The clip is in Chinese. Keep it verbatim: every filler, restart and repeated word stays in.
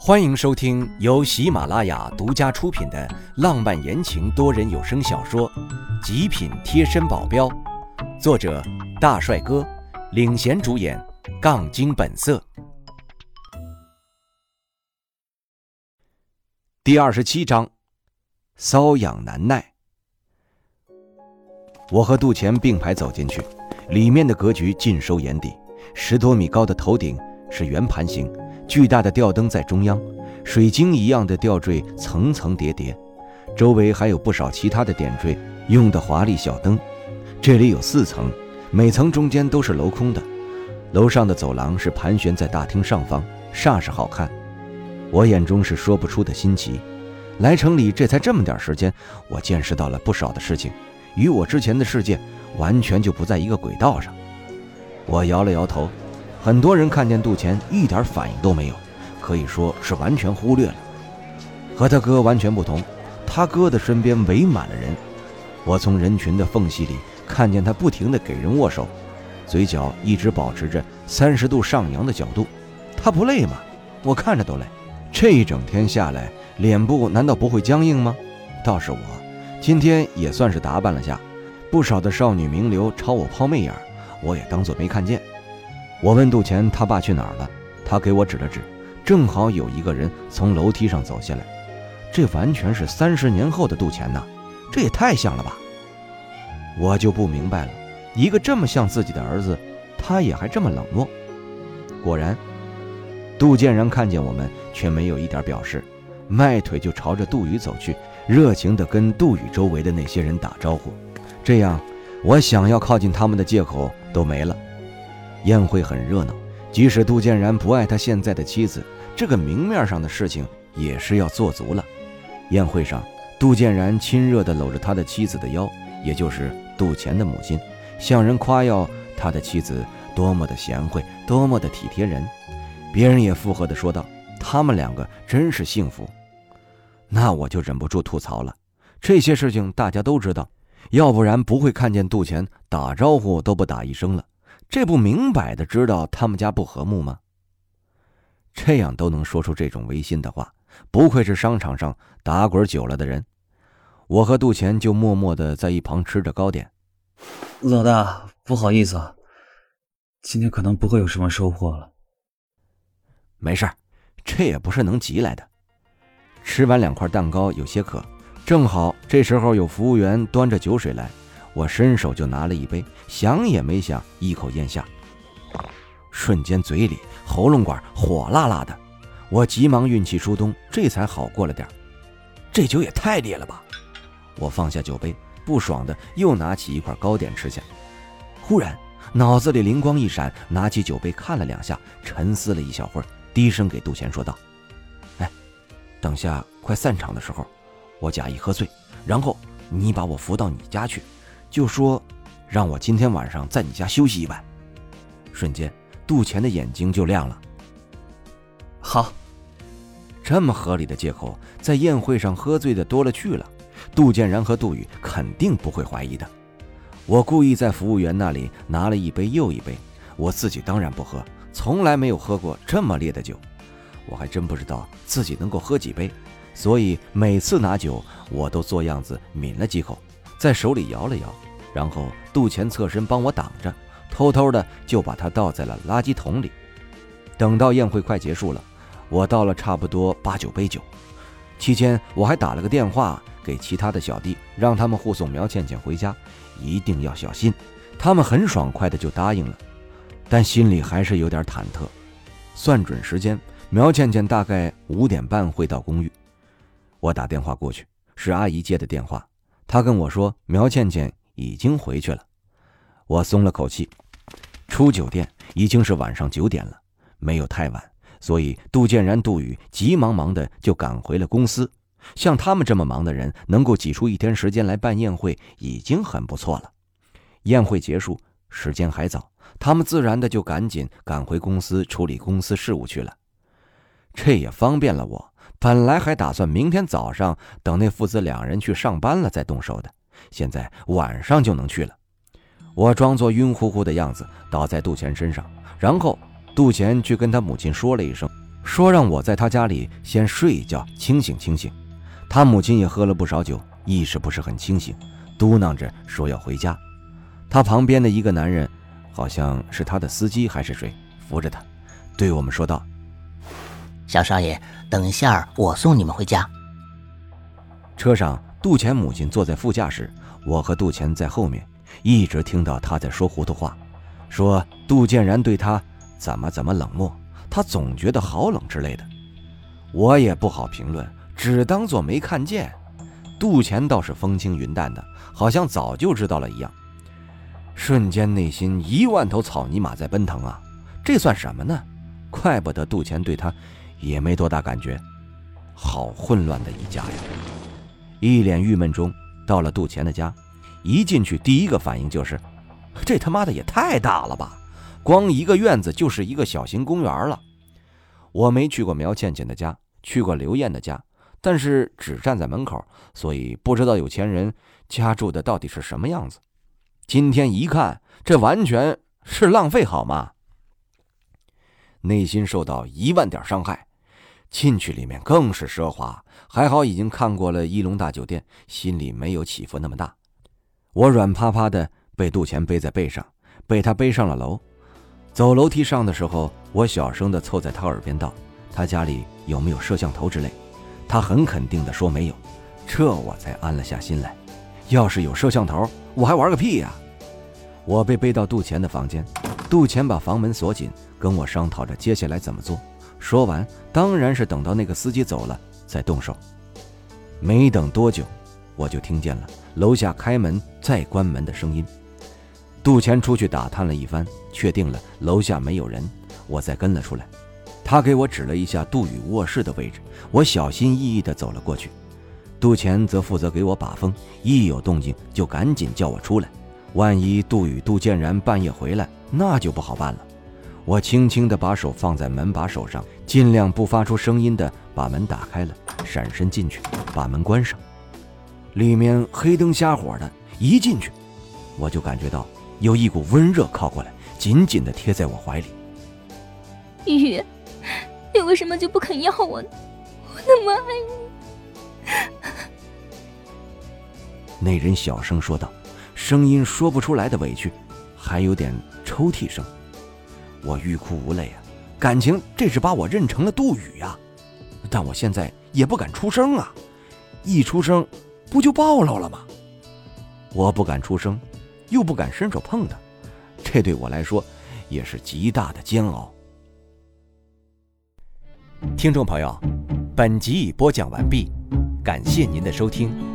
欢迎收听由喜马拉雅独家出品的浪漫言情多人有声小说《极品贴身保镖》，作者大帅哥，领衔主演杠精本色。第二十七章，瘙痒难耐。我和杜钱并排走进去，里面的格局尽收眼底。十多米高的头顶是圆盘形，巨大的吊灯在中央，水晶一样的吊坠层层叠叠，周围还有不少其他的点缀用的华丽小灯。这里有四层，每层中间都是镂空的，楼上的走廊是盘旋在大厅上方，煞是好看。我眼中是说不出的新奇。来城里这才这么点时间，我见识到了不少的事情，与我之前的世界完全就不在一个轨道上。我摇了摇头，很多人看见杜钱一点反应都没有，可以说是完全忽略了。和他哥完全不同，他哥的身边围满了人。我从人群的缝隙里看见他不停地给人握手，嘴角一直保持着三十度上扬的角度。他不累吗？我看着都累。这一整天下来，脸部难道不会僵硬吗？倒是我今天也算是打扮了下，不少的少女名流朝我抛媚眼，我也当作没看见。我问杜钱他爸去哪儿了，他给我指了指，正好有一个人从楼梯上走下来。这完全是三十年后的杜钱呐，这也太像了吧。我就不明白了，一个这么像自己的儿子，他也还这么冷漠。果然，杜建然看见我们却没有一点表示，迈腿就朝着杜宇走去，热情地跟杜宇周围的那些人打招呼。这样我想要靠近他们的借口都没了。宴会很热闹，即使杜建然不爱他现在的妻子，这个明面上的事情也是要做足了。宴会上，杜建然亲热地搂着他的妻子的腰，也就是杜钱的母亲，向人夸耀他的妻子多么的贤惠，多么的体贴人。别人也附和地说道，他们两个真是幸福。那我就忍不住吐槽了，这些事情大家都知道，要不然不会看见杜钱打招呼都不打一声了，这不明摆的知道他们家不和睦吗？这样都能说出这种违心的话，不愧是商场上打滚久了的人。我和杜钱就默默地在一旁吃着糕点。 老大，不好意思啊，今天可能不会有什么收获了。 没事，这也不是能急来的。吃完两块蛋糕有些渴，正好这时候有服务员端着酒水来，我伸手就拿了一杯，想也没想一口咽下，瞬间嘴里喉咙管火辣辣的。我急忙运气疏通，这才好过了点。这酒也太烈了吧。我放下酒杯，不爽的又拿起一块糕点吃下。忽然脑子里灵光一闪，拿起酒杯看了两下，沉思了一小会儿，低声给杜钱说道，哎，等下快散场的时候，我假意喝醉，然后你把我扶到你家去，就说让我今天晚上在你家休息一晚。瞬间杜钱的眼睛就亮了。 好， 这么合理的借口，在宴会上喝醉的多了去了，杜建然和杜宇肯定不会怀疑的。我故意在服务员那里拿了一杯又一杯，我自己当然不喝，从来没有喝过这么烈的酒，我还真不知道自己能够喝几杯，所以每次拿酒我都做样子抿了几口，在手里摇了摇，然后杜钱侧身帮我挡着，偷偷的就把它倒在了垃圾桶里。等到宴会快结束了，我倒了差不多八九杯酒，期间我还打了个电话给其他的小弟，让他们护送苗倩倩回家，一定要小心。他们很爽快的就答应了，但心里还是有点忐忑。算准时间，苗倩倩大概五点半会到公寓。我打电话过去，是阿姨接的电话，她跟我说苗倩倩已经回去了。我松了口气。出酒店已经是晚上九点了，没有太晚，所以杜建然、杜宇急忙忙的就赶回了公司。像他们这么忙的人，能够挤出一天时间来办宴会已经很不错了。宴会结束，时间还早，他们自然的就赶紧赶回公司处理公司事务去了。这也方便了我，本来还打算明天早上等那父子两人去上班了再动手的，现在晚上就能去了。我装作晕乎乎的样子倒在杜钱身上，然后杜钱去跟他母亲说了一声， 说让我在他家里先睡一觉，清醒清醒。他母亲也喝了不少酒，意识不是很清醒，嘟囔着说要回家。他旁边的一个男人，好像是他的司机还是谁，扶着他，对我们说道： 小少爷，等一下我送你们回家。 车上，杜钱母亲坐在副驾驶，我和杜钱在后面，一直听到他在说糊涂话，说杜建然对他怎么怎么冷漠，他总觉得好冷之类的。我也不好评论，只当作没看见。杜钱倒是风轻云淡的，好像早就知道了一样。瞬间内心一万头草泥马在奔腾啊！这算什么呢？怪不得杜钱对他也没多大感觉。好混乱的一家呀！一脸郁闷中到了杜钱的家，一进去第一个反应就是这他妈的也太大了吧，光一个院子就是一个小型公园了。我没去过苗倩倩的家，去过刘艳的家，但是只站在门口，所以不知道有钱人家住的到底是什么样子。今天一看，这完全是浪费好吗？内心受到一万点伤害。进去里面更是奢华，还好已经看过了一龙大酒店，心里没有起伏那么大。我软趴趴的被杜钱背在背上，被他背上了楼。走楼梯上的时候，我小声的凑在他耳边道：他家里有没有摄像头之类？他很肯定的说没有，这我才安了下心来。要是有摄像头，我还玩个屁呀！我被背到杜钱的房间，杜钱把房门锁紧，跟我商讨着接下来怎么做。说完，当然是等到那个司机走了再动手。没等多久，我就听见了楼下开门再关门的声音。杜钱出去打探了一番，确定了楼下没有人，我再跟了出来。他给我指了一下杜宇卧室的位置，我小心翼翼地走了过去。杜钱则负责给我把风，一有动静就赶紧叫我出来，万一杜宇、杜建然半夜回来，那就不好办了。我轻轻地把手放在门把手上，尽量不发出声音地把门打开了，闪身进去，把门关上。里面黑灯瞎火的，一进去我就感觉到有一股温热靠过来，紧紧地贴在我怀里。 雨，你为什么就不肯要我呢？我那么爱你。 那人小声说道，声音说不出来的委屈，还有点抽泣声。我欲哭无泪啊，感情这是把我认成了杜宇呀、啊！但我现在也不敢出声啊，一出声不就暴露了吗？我不敢出声，又不敢伸手碰他，这对我来说也是极大的煎熬。听众朋友，本集已播讲完毕，感谢您的收听。